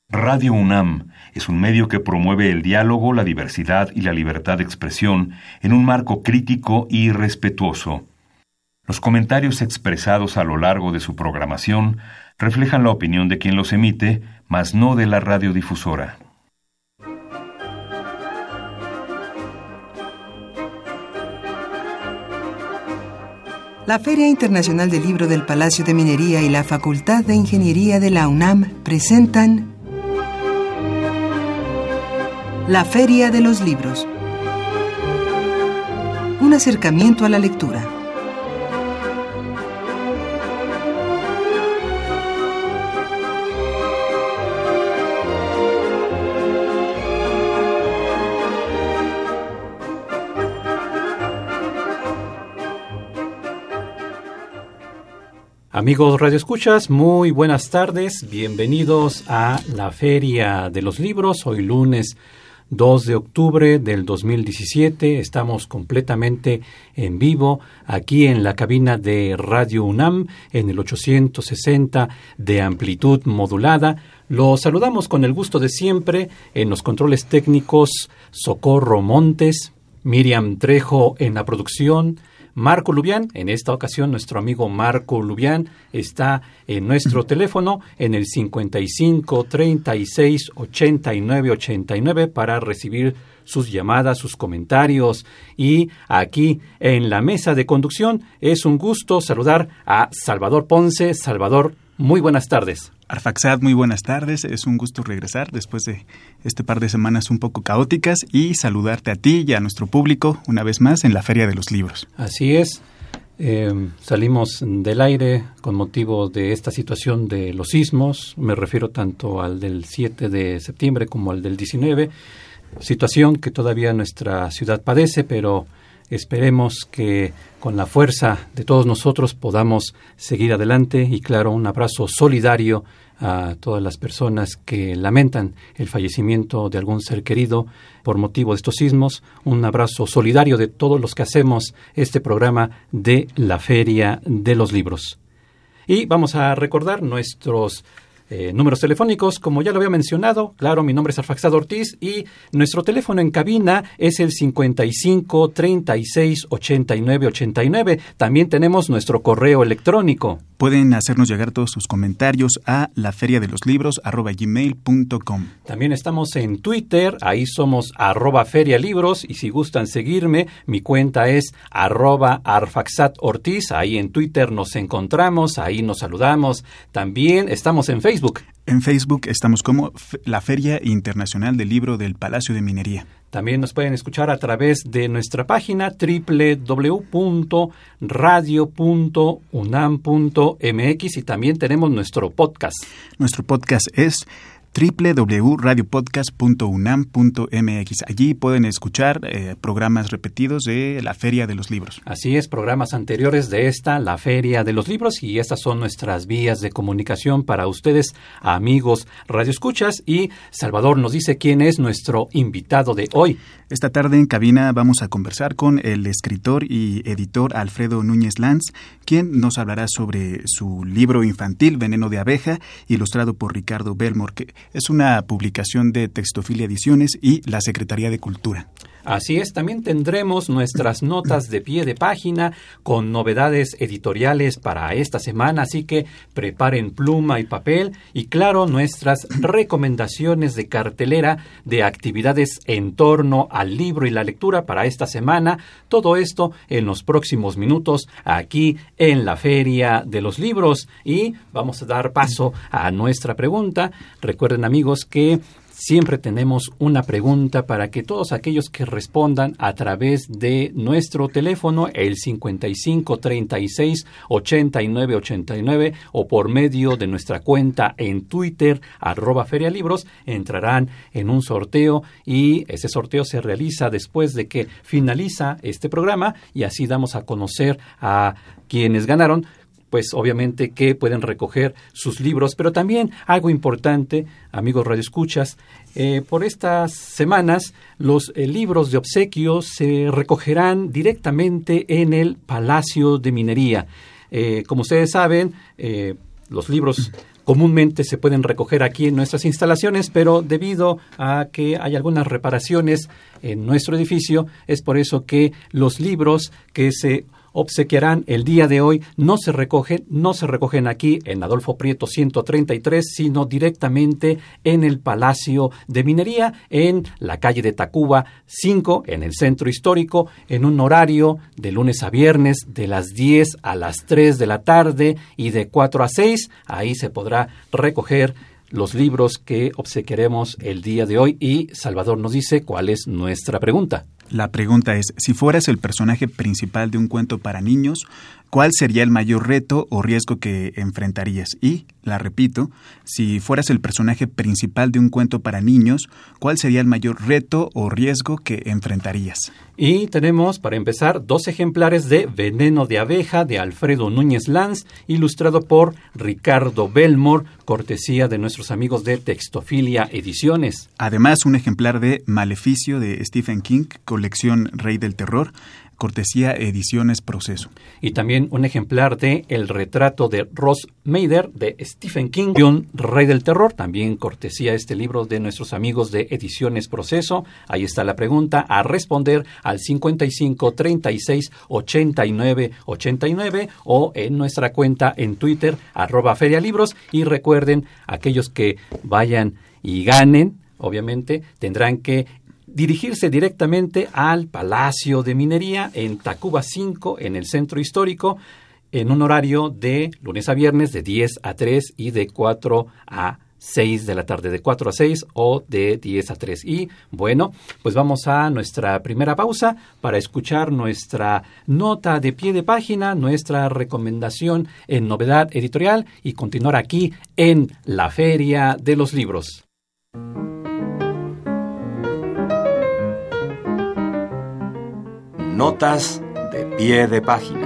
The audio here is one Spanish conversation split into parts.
Radio UNAM es un medio que promueve el diálogo, la diversidad y la libertad de expresión en un marco crítico y respetuoso. Los comentarios expresados a lo largo de su programación reflejan la opinión de quien los emite, mas no de la radiodifusora. La Feria Internacional del Libro del Palacio de Minería y la Facultad de Ingeniería de la UNAM presentan La Feria de los Libros. Un acercamiento a la lectura. Amigos radioescuchas, muy buenas tardes, bienvenidos a la Feria de los Libros. Hoy lunes 2 de octubre del 2017, estamos completamente en vivo aquí en la cabina de Radio UNAM en el 860 de amplitud modulada. Los saludamos con el gusto de siempre en los controles técnicos Socorro Montes, Miriam Trejo en la producción, Marco Lubián. En esta ocasión nuestro amigo Marco Lubián está en nuestro teléfono en el 55 36 89 89 para recibir sus llamadas, sus comentarios. Y aquí en la mesa de conducción es un gusto saludar a Salvador Ponce. Salvador, muy buenas tardes. Arfaxad, muy buenas tardes. Es un gusto regresar después de este par de semanas un poco caóticas y saludarte a ti y a nuestro público una vez más en la Feria de los Libros. Así es. Salimos del aire con motivo de esta situación de los sismos. Me refiero tanto al del 7 de septiembre como al del 19. Situación que todavía nuestra ciudad padece, pero esperemos que con la fuerza de todos nosotros podamos seguir adelante y, claro, un abrazo solidario a todas las personas que lamentan el fallecimiento de algún ser querido por motivo de estos sismos. Un abrazo solidario de todos los que hacemos este programa de la Feria de los Libros. Y vamos a recordar nuestros números telefónicos, como ya lo había mencionado. Claro, mi nombre es Arfaxad Ortiz y nuestro teléfono en cabina es el 55 36 89 89. También tenemos nuestro correo electrónico. Pueden hacernos llegar todos sus comentarios a laferiadeloslibros@gmail.com. También estamos en Twitter, ahí somos @ferialibros, y si gustan seguirme, mi cuenta es @Arfaxad Ortiz. Ahí en Twitter nos encontramos, ahí nos saludamos. También estamos en Facebook. En Facebook estamos como la Feria Internacional del Libro del Palacio de Minería. También nos pueden escuchar a través de nuestra página www.radio.unam.mx y también tenemos nuestro podcast. Nuestro podcast es www.radiopodcast.unam.mx. Allí pueden escuchar programas repetidos de la Feria de los Libros. Así es, programas anteriores de esta, la Feria de los Libros, y estas son nuestras vías de comunicación para ustedes, amigos radioescuchas. Y Salvador nos dice quién es nuestro invitado de hoy. Esta tarde en cabina vamos a conversar con el escritor y editor Alfredo Núñez Lanz, quien nos hablará sobre su libro infantil Veneno de abeja, ilustrado por Ricardo Belmore, que es una publicación de Textofilia Ediciones y la Secretaría de Cultura. Así es, también tendremos nuestras notas de pie de página con novedades editoriales para esta semana, así que preparen pluma y papel y, claro, nuestras recomendaciones de cartelera de actividades en torno al libro y la lectura para esta semana. Todo esto en los próximos minutos aquí en la Feria de los Libros, y vamos a dar paso a nuestra pregunta. Recuerden, amigos, que siempre tenemos una pregunta para que todos aquellos que respondan a través de nuestro teléfono, el 55 36 89 89, o por medio de nuestra cuenta en Twitter, @ferialibros, entrarán en un sorteo, y ese sorteo se realiza después de que finaliza este programa, y así damos a conocer a quienes ganaron, pues obviamente que pueden recoger sus libros. Pero también algo importante, amigos radioescuchas, por estas semanas los libros de obsequio se recogerán directamente en el Palacio de Minería. Como ustedes saben, los libros comúnmente se pueden recoger aquí en nuestras instalaciones, pero debido a que hay algunas reparaciones en nuestro edificio, es por eso que los libros que se obsequiarán el día de hoy no se recogen aquí en Adolfo Prieto 133, sino directamente en el Palacio de Minería, en la calle de Tacuba 5, en el centro histórico, en un horario de lunes a viernes de las 10 a las 3 de la tarde y de 4 a 6. Ahí se podrá recoger los libros que obsequiaremos el día de hoy. Y Salvador nos dice cuál es nuestra pregunta. La pregunta es, si fueras el personaje principal de un cuento para niños, ¿cuál sería el mayor reto o riesgo que enfrentarías? Y, la repito, si fueras el personaje principal de un cuento para niños, ¿cuál sería el mayor reto o riesgo que enfrentarías? Y tenemos, para empezar, 2 ejemplares de Veneno de abeja de Alfredo Núñez Lanz, ilustrado por Ricardo Belmore, cortesía de nuestros amigos de Textofilia Ediciones. Además, un ejemplar de Maleficio de Stephen King, colección Rey del Terror, cortesía Ediciones Proceso. Y también un ejemplar de El retrato de Ross Mader de Stephen King, Rey del Terror, también cortesía este libro de nuestros amigos de Ediciones Proceso. Ahí está la pregunta a responder al 55 36 89 89 o en nuestra cuenta en Twitter @ferialibros. Y recuerden, aquellos que vayan y ganen, obviamente tendrán que dirigirse directamente al Palacio de Minería en Tacuba 5, en el centro histórico, en un horario de lunes a viernes de 10 a 3 y de 4 a 6 de la tarde, de 4 a 6 o de 10 a 3. Y bueno, pues vamos a nuestra primera pausa para escuchar nuestra nota de pie de página, nuestra recomendación en novedad editorial y continuar aquí en la Feria de los Libros. Notas de pie de página.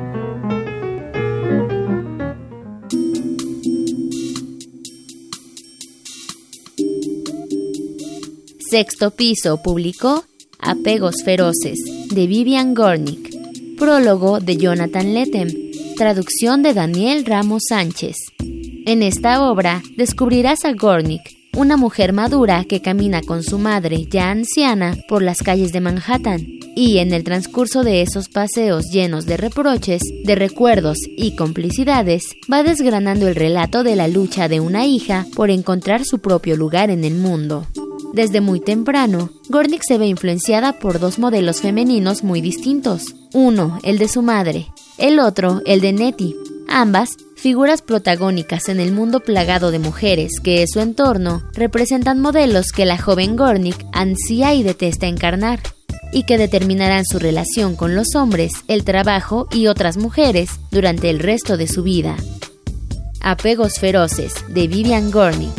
Sexto Piso publicó Apegos Feroces, de Vivian Gornick. Prólogo de Jonathan Lethem. Traducción de Daniel Ramos Sánchez. En esta obra descubrirás a Gornick, una mujer madura que camina con su madre, ya anciana, por las calles de Manhattan. Y en el transcurso de esos paseos llenos de reproches, de recuerdos y complicidades, va desgranando el relato de la lucha de una hija por encontrar su propio lugar en el mundo. Desde muy temprano, Gornick se ve influenciada por 2 modelos femeninos muy distintos. Uno, el de su madre, el otro, el de Nettie. Ambas, figuras protagónicas en el mundo plagado de mujeres que es su entorno, representan modelos que la joven Gornick ansía y detesta encarnar, y que determinarán su relación con los hombres, el trabajo y otras mujeres durante el resto de su vida. Apegos Feroces, de Vivian Gornick.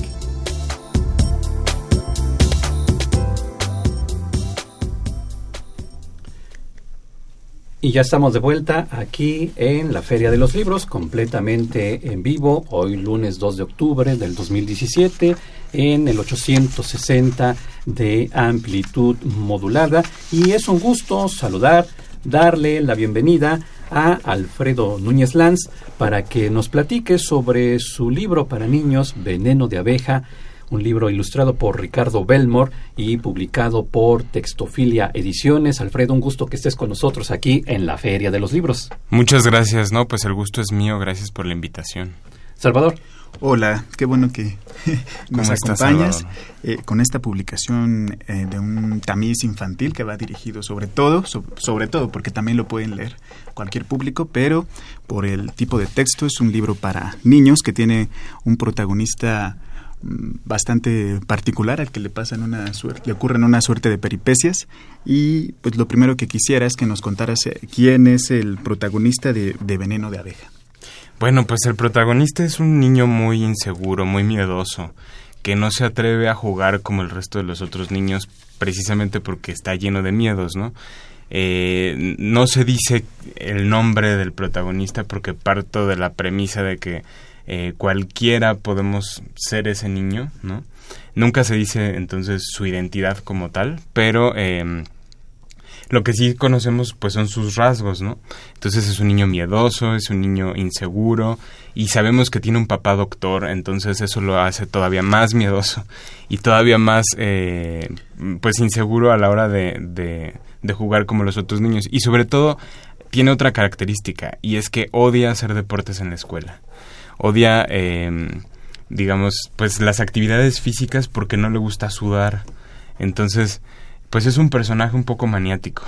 Y ya estamos de vuelta aquí en la Feria de los Libros, completamente en vivo, hoy lunes 2 de octubre del 2017, en el 860 de amplitud modulada. Y es un gusto darle la bienvenida a Alfredo Núñez Lanz para que nos platique sobre su libro para niños, Veneno de abeja, un libro ilustrado por Ricardo Belmore y publicado por Textofilia Ediciones. Alfredo, un gusto que estés con nosotros aquí en la Feria de los Libros. Muchas gracias, pues el gusto es mío, gracias por la invitación. Salvador. Hola, qué bueno que nos acompañas con esta publicación de un tamiz infantil que va dirigido sobre todo, porque también lo pueden leer cualquier público, pero por el tipo de texto es un libro para niños que tiene un protagonista bastante particular al que le ocurren una suerte de peripecias. Y pues lo primero que quisiera es que nos contaras quién es el protagonista de Veneno de abeja. Bueno, pues el protagonista es un niño muy inseguro, muy miedoso, que no se atreve a jugar como el resto de los otros niños, precisamente porque está lleno de miedos, ¿no? No se dice el nombre del protagonista porque parto de la premisa de que cualquiera podemos ser ese niño, ¿no? Nunca se dice entonces su identidad como tal, pero Lo que sí conocemos pues son sus rasgos, ¿no? Entonces es un niño miedoso, es un niño inseguro y sabemos que tiene un papá doctor, entonces eso lo hace todavía más miedoso y todavía más pues inseguro a la hora de jugar como los otros niños. Y sobre todo tiene otra característica y es que odia hacer deportes en la escuela. Odia, digamos, pues las actividades físicas porque no le gusta sudar. Entonces, pues es un personaje un poco maniático.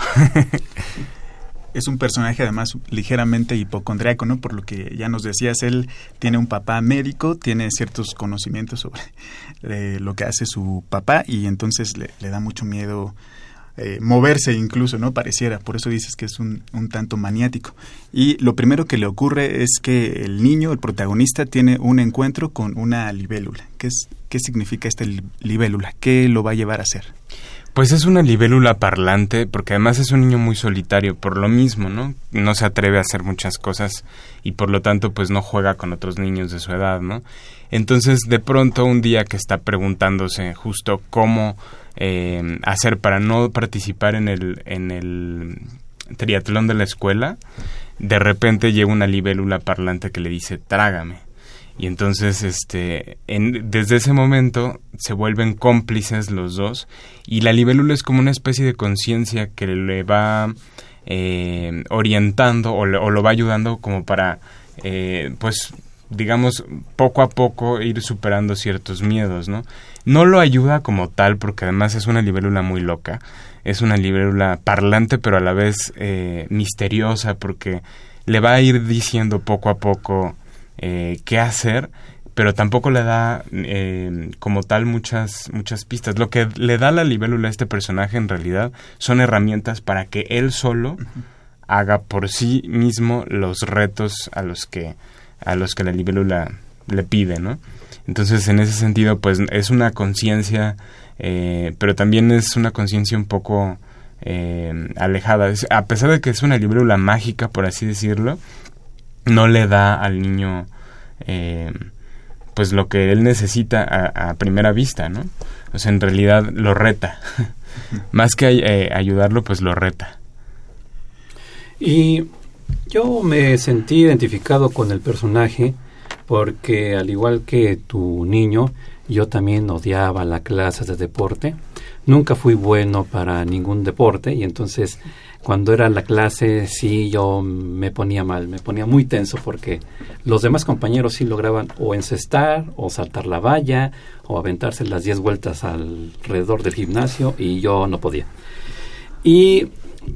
Es un personaje además ligeramente hipocondriaco, ¿no? Por lo que ya nos decías, él tiene un papá médico, tiene ciertos conocimientos sobre lo que hace su papá y entonces le da mucho miedo moverse incluso, ¿no? Pareciera, por eso dices que es un tanto maniático. Y lo primero que le ocurre es que el niño, el protagonista, tiene un encuentro con una libélula. ¿Qué significa esta libélula? ¿Qué lo va a llevar a hacer? Pues es una libélula parlante, porque además es un niño muy solitario, por lo mismo, ¿no? No se atreve a hacer muchas cosas y por lo tanto pues no juega con otros niños de su edad, ¿no? Entonces de pronto un día que está preguntándose justo cómo hacer para no participar en el triatlón de la escuela, de repente llega una libélula parlante que le dice trágame. Y entonces desde ese momento se vuelven cómplices los dos y la libélula es como una especie de conciencia que le va orientando o lo va ayudando como para pues digamos poco a poco ir superando ciertos miedos, ¿no? No lo ayuda como tal porque además es una libélula muy loca, es una libélula parlante pero a la vez misteriosa porque le va a ir diciendo poco a poco qué hacer, pero tampoco le da como tal muchas pistas. Lo que le da la libélula a este personaje en realidad son herramientas para que él solo haga por sí mismo los retos a los que la libélula le pide, ¿no? Entonces en ese sentido pues es una conciencia pero también es una conciencia un poco alejada. A pesar de que es una libélula mágica, por así decirlo, no le da al niño pues lo que él necesita a primera vista, ¿no? O sea, en realidad lo reta. Más que ayudarlo, pues lo reta. Y yo me sentí identificado con el personaje porque al igual que tu niño, yo también odiaba las clases de deporte. Nunca fui bueno para ningún deporte y entonces cuando era la clase sí yo me ponía mal, me ponía muy tenso porque los demás compañeros sí lograban o encestar o saltar la valla o aventarse las 10 vueltas alrededor del gimnasio y yo no podía. Y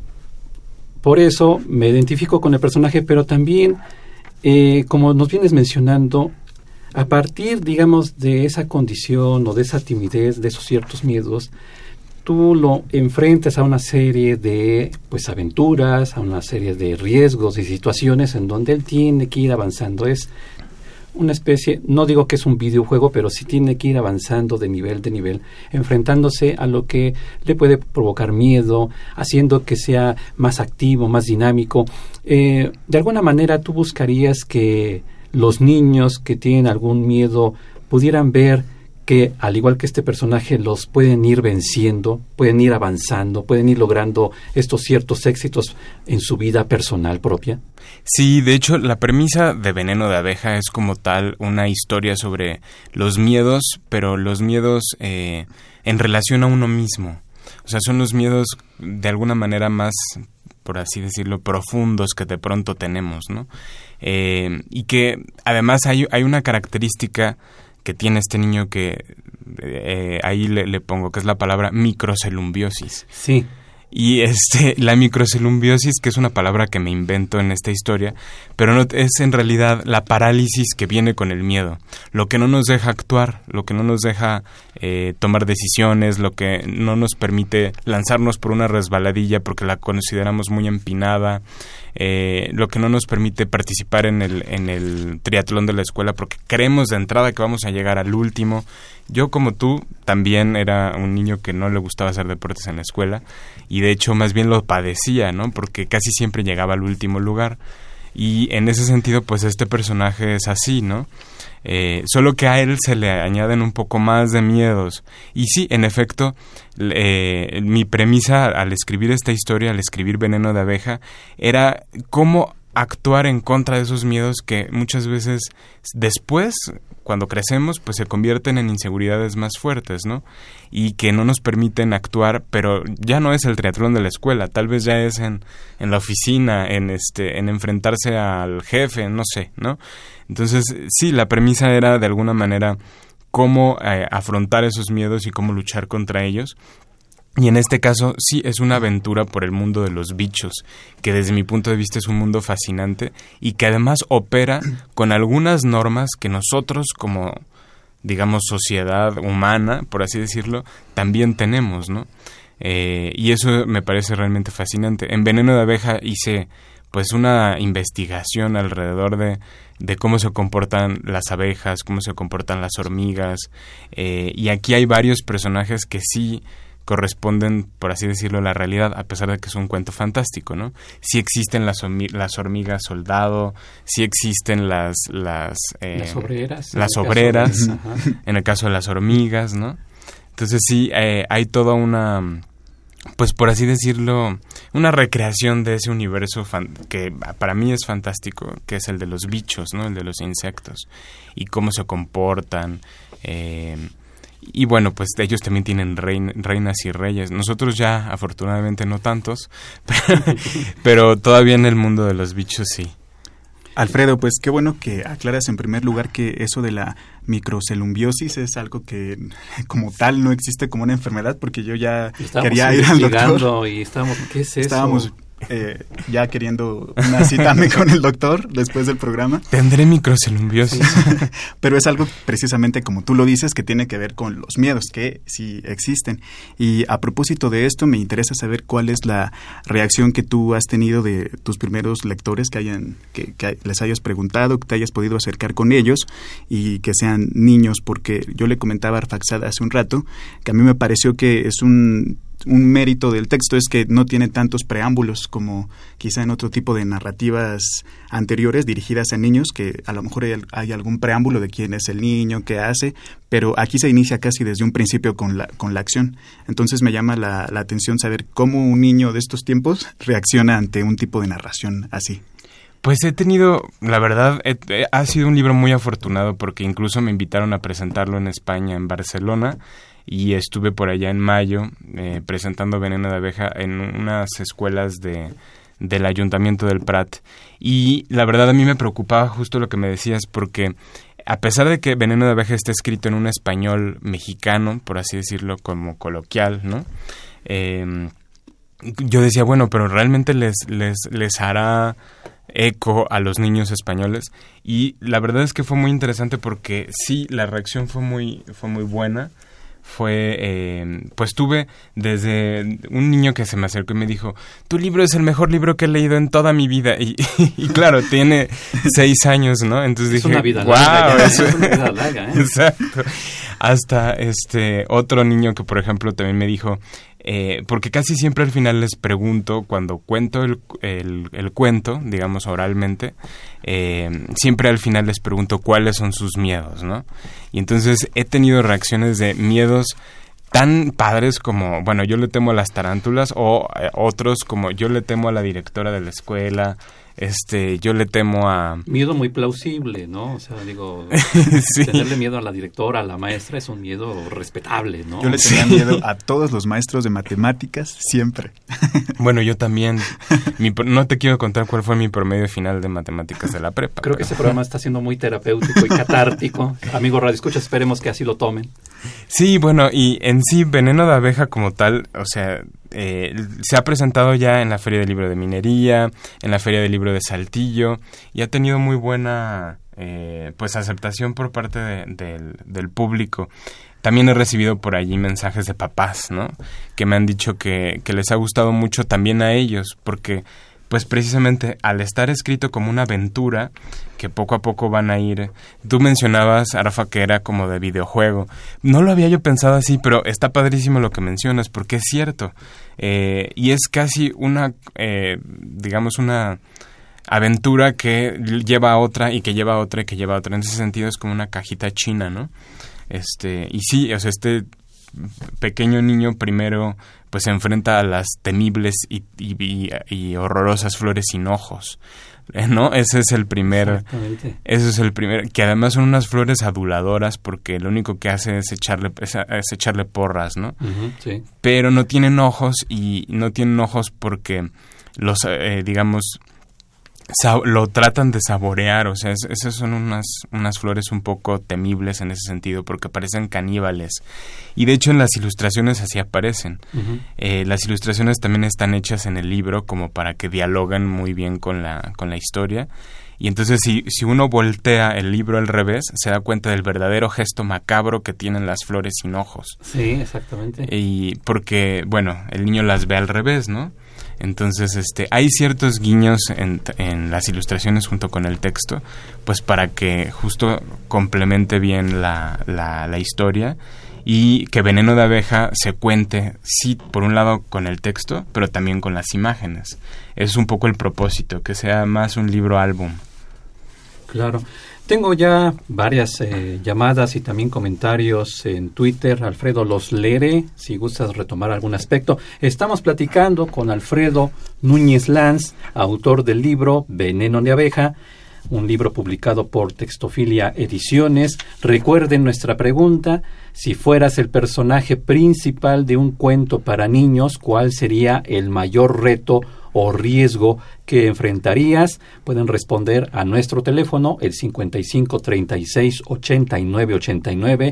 por eso me identifico con el personaje, pero también, como nos vienes mencionando, a partir, digamos, de esa condición o de esa timidez, de esos ciertos miedos, tú lo enfrentas a una serie de pues aventuras, a una serie de riesgos y situaciones en donde él tiene que ir avanzando. Es una especie, no digo que es un videojuego, pero sí tiene que ir avanzando de nivel, enfrentándose a lo que le puede provocar miedo, haciendo que sea más activo, más dinámico. De alguna manera tú buscarías que los niños que tienen algún miedo pudieran ver que, al igual que este personaje, los pueden ir venciendo, pueden ir avanzando, pueden ir logrando estos ciertos éxitos en su vida personal propia. Sí, de hecho, la premisa de Veneno de Abeja es como tal una historia sobre los miedos, pero los miedos en relación a uno mismo. O sea, son los miedos de alguna manera más, por así decirlo, profundos que de pronto tenemos, ¿no? Y que además hay una característica que tiene este niño que ahí le pongo, que es la palabra microcelumbiosis. Sí. Y la microcelumbiosis, que es una palabra que me invento en esta historia, pero no es en realidad la parálisis que viene con el miedo, lo que no nos deja actuar, lo que no nos deja tomar decisiones, lo que no nos permite lanzarnos por una resbaladilla porque la consideramos muy empinada, lo que no nos permite participar en el triatlón de la escuela porque creemos de entrada que vamos a llegar al último. Yo, como tú, también era un niño que no le gustaba hacer deportes en la escuela y de hecho más bien lo padecía, ¿no? Porque casi siempre llegaba al último lugar. Y en ese sentido, pues este personaje es así, ¿no? Solo que a él se le añaden un poco más de miedos. Y sí, en efecto, mi premisa al escribir esta historia, al escribir Veneno de Abeja, era cómo actuar en contra de esos miedos que muchas veces después, cuando crecemos, pues se convierten en inseguridades más fuertes, ¿no? Y que no nos permiten actuar, pero ya no es el triatlón de la escuela, tal vez ya es en la oficina, en enfrentarse al jefe, no sé, ¿no? Entonces, sí, la premisa era de alguna manera cómo afrontar esos miedos y cómo luchar contra ellos. Y en este caso sí es una aventura por el mundo de los bichos, que desde mi punto de vista es un mundo fascinante y que además opera con algunas normas que nosotros como, digamos, sociedad humana, por así decirlo, también tenemos, ¿no? Y eso me parece realmente fascinante. En Veneno de Abeja hice pues una investigación alrededor de cómo se comportan las abejas, cómo se comportan las hormigas, y aquí hay varios personajes que sí corresponden, por así decirlo, a la realidad, a pesar de que es un cuento fantástico, ¿no? Sí existen las hormigas soldado, sí existen las obreras. Las obreras, en el caso de las hormigas, ¿no? Entonces sí, hay toda una, pues por así decirlo, una recreación de ese universo que para mí es fantástico, que es el de los bichos, ¿no? El de los insectos, y cómo se comportan, y bueno, pues ellos también tienen reinas y reyes. Nosotros ya, afortunadamente, no tantos, pero todavía en el mundo de los bichos sí. Alfredo, pues qué bueno que aclaras en primer lugar que eso de la microcelumbiosis es algo que como tal no existe como una enfermedad, porque yo ya quería ir al doctor. Y estábamos, ¿qué es eso? Estábamos ya queriendo una cita con el doctor después del programa. Tendré microcelumbiosis. Pero es algo precisamente como tú lo dices que tiene que ver con los miedos que sí existen. Y a propósito de esto me interesa saber cuál es la reacción que tú has tenido de tus primeros lectores que les hayas preguntado, que te hayas podido acercar con ellos y que sean niños, porque yo le comentaba a Arfaxad hace un rato que a mí me pareció que es un mérito del texto es que no tiene tantos preámbulos como quizá en otro tipo de narrativas anteriores dirigidas a niños, que a lo mejor hay algún preámbulo de quién es el niño, qué hace, pero aquí se inicia casi desde un principio con la acción. Entonces me llama la atención saber cómo un niño de estos tiempos reacciona ante un tipo de narración así. Pues he tenido, la verdad, ha sido un libro muy afortunado porque incluso me invitaron a presentarlo en España, en Barcelona, y estuve por allá en mayo presentando Veneno de Abeja en unas escuelas del Ayuntamiento del Prat. Y la verdad a mí me preocupaba justo lo que me decías, porque a pesar de que Veneno de Abeja está escrito en un español mexicano, por así decirlo, como coloquial, ¿no? Yo decía, bueno, pero realmente les hará eco a los niños españoles, y la verdad es que fue muy interesante porque sí, la reacción fue muy buena. Pues tuve desde un niño que se me acercó y me dijo, tu libro es el mejor libro que he leído en toda mi vida, y claro, tiene 6 años, ¿no? Entonces dije, una vida wow, larga, es una vida larga, ¿eh? Exacto. Hasta otro niño que por ejemplo también me dijo, porque casi siempre al final les pregunto, cuando cuento el cuento, digamos oralmente, siempre al final les pregunto cuáles son sus miedos, ¿no? Y entonces he tenido reacciones de miedos tan padres como, bueno, yo le temo a las tarántulas, o otros como yo le temo a la directora de la escuela, yo le temo a... Miedo muy plausible, ¿no? O sea, digo, sí. Tenerle miedo a la directora, a la maestra, es un miedo respetable, ¿no? Yo le tenía miedo a todos los maestros de matemáticas, siempre. Bueno, yo también. No te quiero contar cuál fue mi promedio final de matemáticas de la prepa. Creo que este programa está siendo muy terapéutico y catártico. Amigos radioescuchas, esperemos que así lo tomen. Sí, bueno, y en sí, Veneno de Abeja como tal, o sea... se ha presentado ya en la Feria del Libro de Minería, en la Feria del Libro de Saltillo, y ha tenido muy buena pues aceptación por parte del público. También he recibido por allí mensajes de papás, ¿no? Que me han dicho que les ha gustado mucho también a ellos, porque pues precisamente al estar escrito como una aventura que poco a poco van a ir... Tú mencionabas, Arafa, que era como de videojuego. No lo había yo pensado así, pero está padrísimo lo que mencionas, porque es cierto. Y es casi una, digamos, una aventura que lleva a otra y que lleva a otra y que lleva a otra. En ese sentido es como una cajita china, ¿no? Y sí, o sea, este pequeño niño primero pues se enfrenta a las temibles y horrorosas flores sin ojos, ¿no? Ese es el primer, que además son unas flores aduladoras porque lo único que hace es echarle porras, ¿no? Uh-huh, sí. Pero no tienen ojos, y no tienen ojos porque los, digamos, lo tratan de saborear, o sea, esas son unas flores un poco temibles en ese sentido, porque parecen caníbales, y de hecho en las ilustraciones así aparecen. Uh-huh. Las ilustraciones también están hechas en el libro como para que dialoguen muy bien con la historia, y entonces si uno voltea el libro al revés, se da cuenta del verdadero gesto macabro que tienen las flores sin ojos. Sí, exactamente. Y porque, bueno, el niño las ve al revés, ¿no? Entonces, hay ciertos guiños en las ilustraciones junto con el texto, pues para que justo complemente bien la historia, y que Veneno de Abeja se cuente, sí, por un lado con el texto, pero también con las imágenes. Es un poco el propósito, que sea más un libro álbum. Claro. Tengo ya varias llamadas y también comentarios en Twitter. Alfredo los leeré, si gustas retomar algún aspecto. Estamos platicando con Alfredo Núñez Lanz, autor del libro Veneno de Abeja, un libro publicado por Textofilia Ediciones. Recuerden nuestra pregunta: si fueras el personaje principal de un cuento para niños, ¿cuál sería el mayor reto o riesgo que enfrentarías? Pueden responder a nuestro teléfono, el 55 36 89 89,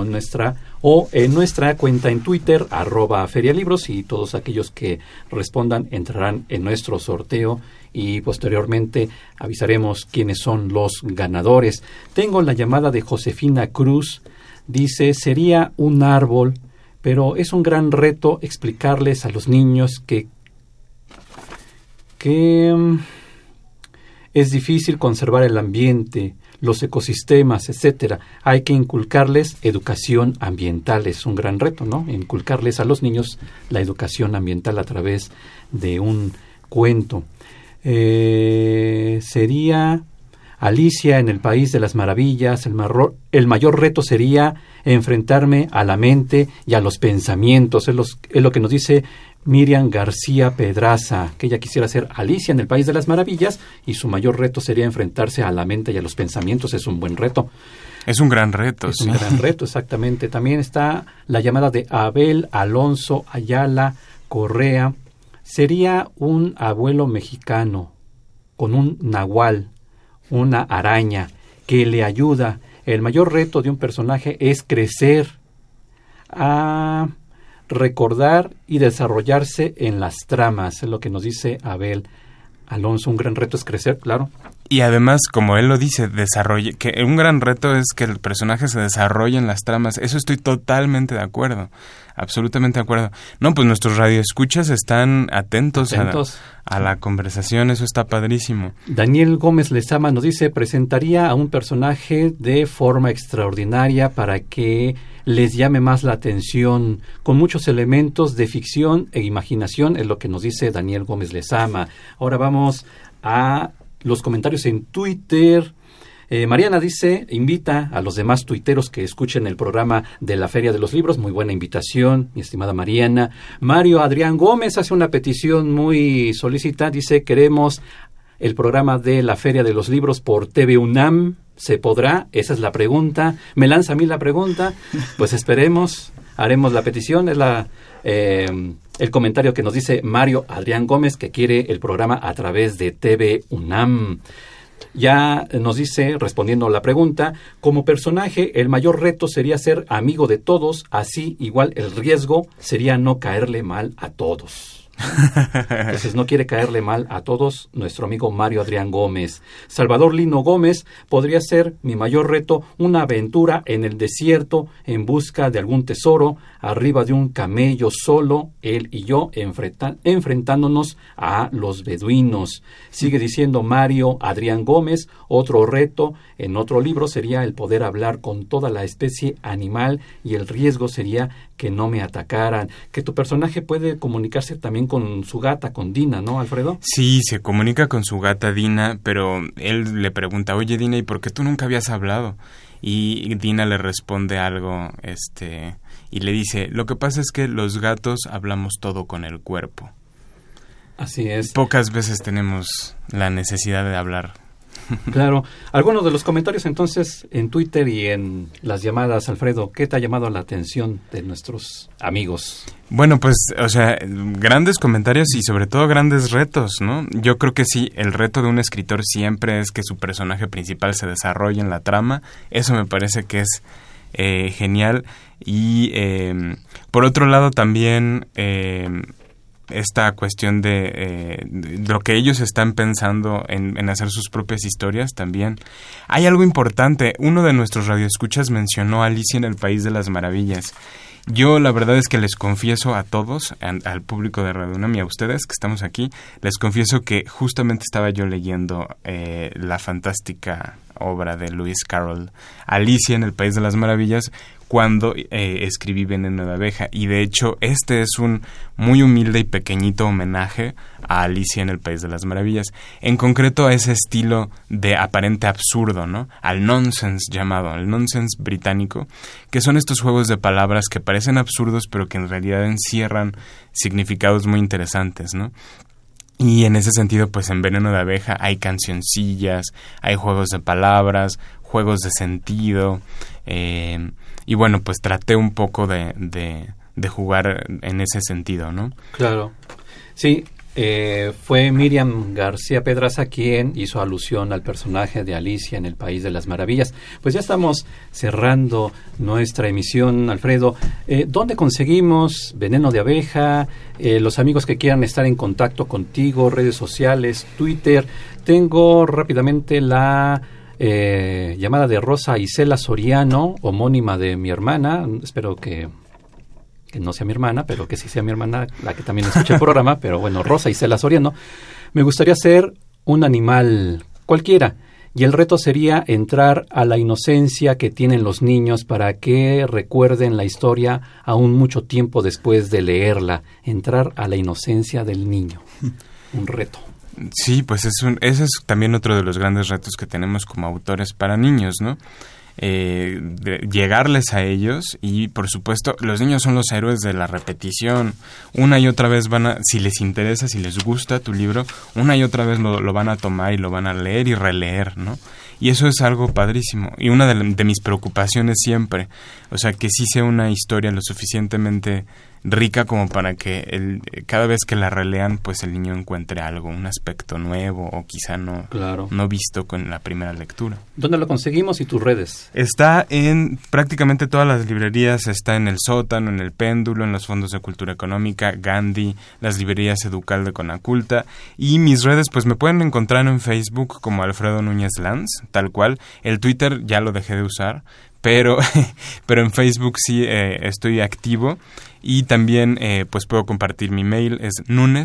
o en nuestra cuenta en Twitter, @ferialibros, y todos aquellos que respondan entrarán en nuestro sorteo y posteriormente avisaremos quiénes son los ganadores. Tengo la llamada de Josefina Cruz. Dice: sería un árbol, pero es un gran reto explicarles a los niños que es difícil conservar el ambiente, los ecosistemas, etcétera. Hay que inculcarles educación ambiental. Es un gran reto, ¿no? Inculcarles a los niños la educación ambiental a través de un cuento. Sería Alicia en el País de las Maravillas. El mayor reto sería enfrentarme a la mente y a los pensamientos. Es lo que nos dice Miriam García Pedraza, que ella quisiera ser Alicia en el País de las Maravillas y su mayor reto sería enfrentarse a la mente y a los pensamientos. Es un buen reto. Es un gran reto. Es un gran reto, exactamente. También está la llamada de Abel Alonso Ayala Correa. Sería un abuelo mexicano con un nahual, una araña, que le ayuda. El mayor reto de un personaje es crecer, a recordar y desarrollarse en las tramas. Es lo que nos dice Abel Alonso. Un gran reto es crecer, claro. Y además, como él lo dice, que un gran reto es que el personaje se desarrolle en las tramas. Eso estoy totalmente de acuerdo, absolutamente de acuerdo. No, pues nuestros radioescuchas están atentos. A la conversación, eso está padrísimo. Daniel Gómez Lezama nos dice: presentaría a un personaje de forma extraordinaria para que les llame más la atención, con muchos elementos de ficción e imaginación, es lo que nos dice Daniel Gómez Lezama. Ahora vamos a los comentarios en Twitter. Mariana dice: invita a los demás tuiteros que escuchen el programa de la Feria de los Libros. Muy buena invitación, mi estimada Mariana. Mario Adrián Gómez hace una petición muy solicitada. Dice: queremos el programa de la Feria de los Libros por TV UNAM. ¿Se podrá? Esa es la pregunta. Me lanza a mí la pregunta. Pues esperemos, haremos la petición. Es el comentario que nos dice Mario Adrián Gómez, que quiere el programa a través de TV UNAM. Ya nos dice, respondiendo a la pregunta: como personaje, el mayor reto sería ser amigo de todos, así igual el riesgo sería no caerle mal a todos. Entonces no quiere caerle mal a todos nuestro amigo Mario Adrián Gómez. Salvador Lino Gómez: podría ser mi mayor reto una aventura en el desierto en busca de algún tesoro, arriba de un camello solo, él y yo enfrentándonos a los beduinos. Sigue diciendo Mario Adrián Gómez: otro reto en otro libro sería el poder hablar con toda la especie animal y el riesgo sería que no me atacaran. Que tu personaje puede comunicarse también también con su gata, con Dina, ¿no, Alfredo? Sí, se comunica con su gata Dina, pero él le pregunta, oye Dina, ¿y por qué tú nunca habías hablado? Y Dina le responde algo, y le dice, lo que pasa es que los gatos hablamos todo con el cuerpo. Así es. Pocas veces tenemos la necesidad de hablar. Claro. Algunos de los comentarios entonces en Twitter y en las llamadas, Alfredo, ¿qué te ha llamado la atención de nuestros amigos? Bueno, pues, o sea, grandes comentarios y sobre todo grandes retos, ¿no? Yo creo que sí, el reto de un escritor siempre es que su personaje principal se desarrolle en la trama. Eso me parece que es genial. Y por otro lado también esta cuestión de lo que ellos están pensando en hacer sus propias historias también. Hay algo importante. Uno de nuestros radioescuchas mencionó Alicia en el País de las Maravillas. Yo la verdad es que les confieso a todos, al público de Radio UNAM y a ustedes que estamos aquí, les confieso que justamente estaba yo leyendo la fantástica obra de Lewis Carroll, Alicia en el País de las Maravillas, cuando escribí Veneno de Abeja, y de hecho este es un muy humilde y pequeñito homenaje a Alicia en el País de las Maravillas, en concreto a ese estilo de aparente absurdo, ¿no? Al nonsense llamado, al nonsense británico, que son estos juegos de palabras que parecen absurdos pero que en realidad encierran significados muy interesantes, ¿no? Y en ese sentido, pues en Veneno de Abeja hay cancioncillas, hay juegos de palabras, juegos de sentido, y bueno, pues traté un poco de jugar en ese sentido, ¿no? Claro. Sí, fue Miriam García Pedraza quien hizo alusión al personaje de Alicia en el País de las Maravillas. Pues ya estamos cerrando nuestra emisión, Alfredo. ¿Dónde conseguimos Veneno de Abeja? Los amigos que quieran estar en contacto contigo, redes sociales, Twitter. Tengo rápidamente la llamada de Rosa Isela Soriano, homónima de mi hermana. Espero que no sea mi hermana, pero que sí sea mi hermana, la que también escucha el programa, pero bueno, Rosa Isela Soriano. Me gustaría ser un animal cualquiera, y el reto sería entrar a la inocencia que tienen los niños para que recuerden la historia aún mucho tiempo después de leerla, entrar a la inocencia del niño. Un reto. Sí, pues ese es también otro de los grandes retos que tenemos como autores para niños, ¿no? Llegarles a ellos, y por supuesto los niños son los héroes de la repetición. Una y otra vez si les interesa, si les gusta tu libro, una y otra vez lo van a tomar y lo van a leer y releer, ¿no? Y eso es algo padrísimo, y una de mis preocupaciones siempre, o sea, que sí sea una historia lo suficientemente rica como para que cada vez que la relean, pues el niño encuentre algo, un aspecto nuevo o quizá no visto con la primera lectura. ¿Dónde lo conseguimos y tus redes? Está en prácticamente todas las librerías, está en El Sótano, en El Péndulo, en los fondos de cultura económica, Gandhi, las librerías Educal de Conaculta, y mis redes pues me pueden encontrar en Facebook como Alfredo Núñez Lanz, tal cual. El Twitter ya lo dejé de usar, pero en Facebook sí estoy activo, y también pues puedo compartir mi mail, es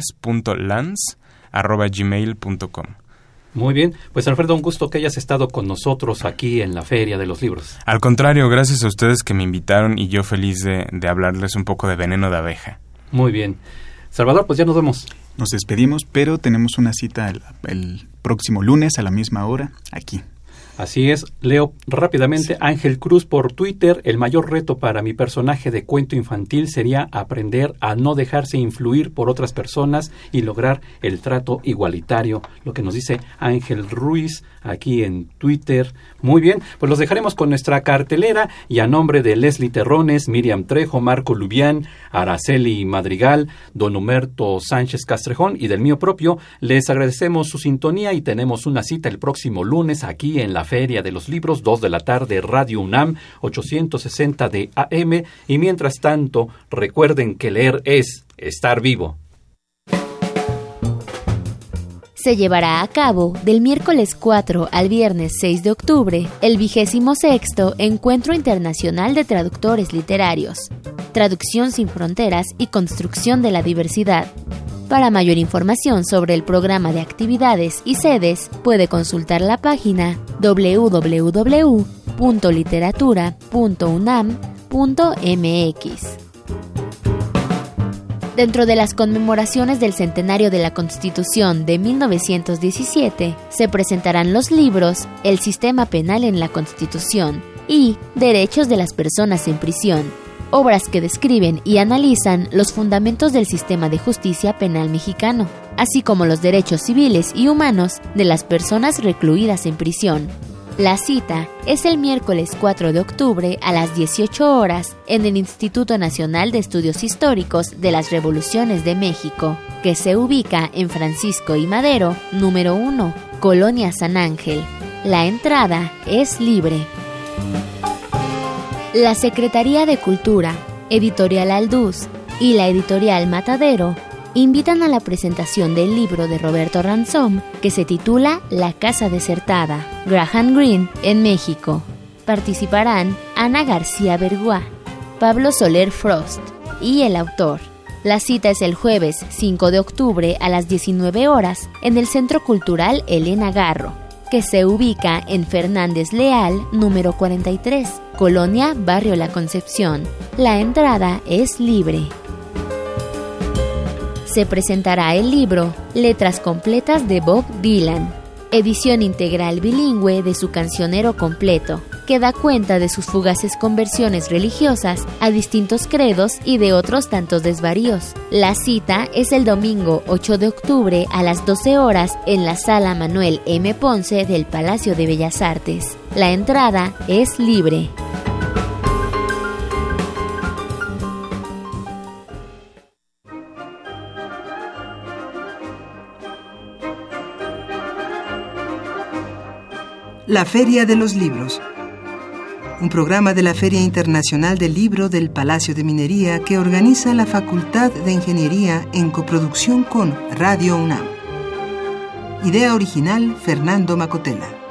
nunes.lanz@gmail.com. Muy bien, pues Alfredo, un gusto que hayas estado con nosotros aquí en la Feria de los Libros. Al contrario, gracias a ustedes que me invitaron, y yo feliz de hablarles un poco de Veneno de Abeja. Muy bien. Salvador, pues ya nos vemos. Nos despedimos, pero tenemos una cita el próximo lunes a la misma hora, aquí. Así es, leo rápidamente. Ángel Cruz por Twitter: el mayor reto para mi personaje de cuento infantil sería aprender a no dejarse influir por otras personas y lograr el trato igualitario. Lo que nos dice Ángel Ruiz aquí en Twitter. Muy bien, pues los dejaremos con nuestra cartelera, y a nombre de Leslie Terrones, Miriam Trejo, Marco Lubián, Araceli Madrigal, Don Huberto Sánchez Castrejón y del mío propio, les agradecemos su sintonía, y tenemos una cita el próximo lunes aquí en la Feria de los Libros, 2 de la tarde, Radio UNAM, 860 de AM, y mientras tanto, recuerden que leer es estar vivo. Se llevará a cabo del miércoles 4 al viernes 6 de octubre el 26º Encuentro Internacional de Traductores Literarios, Traducción sin Fronteras y Construcción de la Diversidad. Para mayor información sobre el programa de actividades y sedes, puede consultar la página www.literatura.unam.mx. Dentro de las conmemoraciones del centenario de la Constitución de 1917, se presentarán los libros El sistema penal en la Constitución y Derechos de las personas en prisión, obras que describen y analizan los fundamentos del sistema de justicia penal mexicano, así como los derechos civiles y humanos de las personas recluidas en prisión. La cita es el miércoles 4 de octubre a las 18 horas en el Instituto Nacional de Estudios Históricos de las Revoluciones de México, que se ubica en Francisco y Madero, número 1, Colonia San Ángel. La entrada es libre. La Secretaría de Cultura, Editorial Alduz y la Editorial Matadero invitan a la presentación del libro de Roberto Ransom que se titula La Casa Desertada, Graham Greene en México. Participarán Ana García Bergua, Pablo Soler Frost y el autor. La cita es el jueves 5 de octubre a las 19 horas en el Centro Cultural Elena Garro, que se ubica en Fernández Leal, número 43, Colonia Barrio La Concepción. La entrada es libre. Se presentará el libro Letras Completas de Bob Dylan, edición integral bilingüe de su cancionero completo, que da cuenta de sus fugaces conversiones religiosas a distintos credos y de otros tantos desvaríos. La cita es el domingo 8 de octubre a las 12 horas en la Sala Manuel M. Ponce del Palacio de Bellas Artes. La entrada es libre. La Feria de los Libros, un programa de la Feria Internacional del Libro del Palacio de Minería que organiza la Facultad de Ingeniería en coproducción con Radio UNAM. Idea original, Fernando Macotela.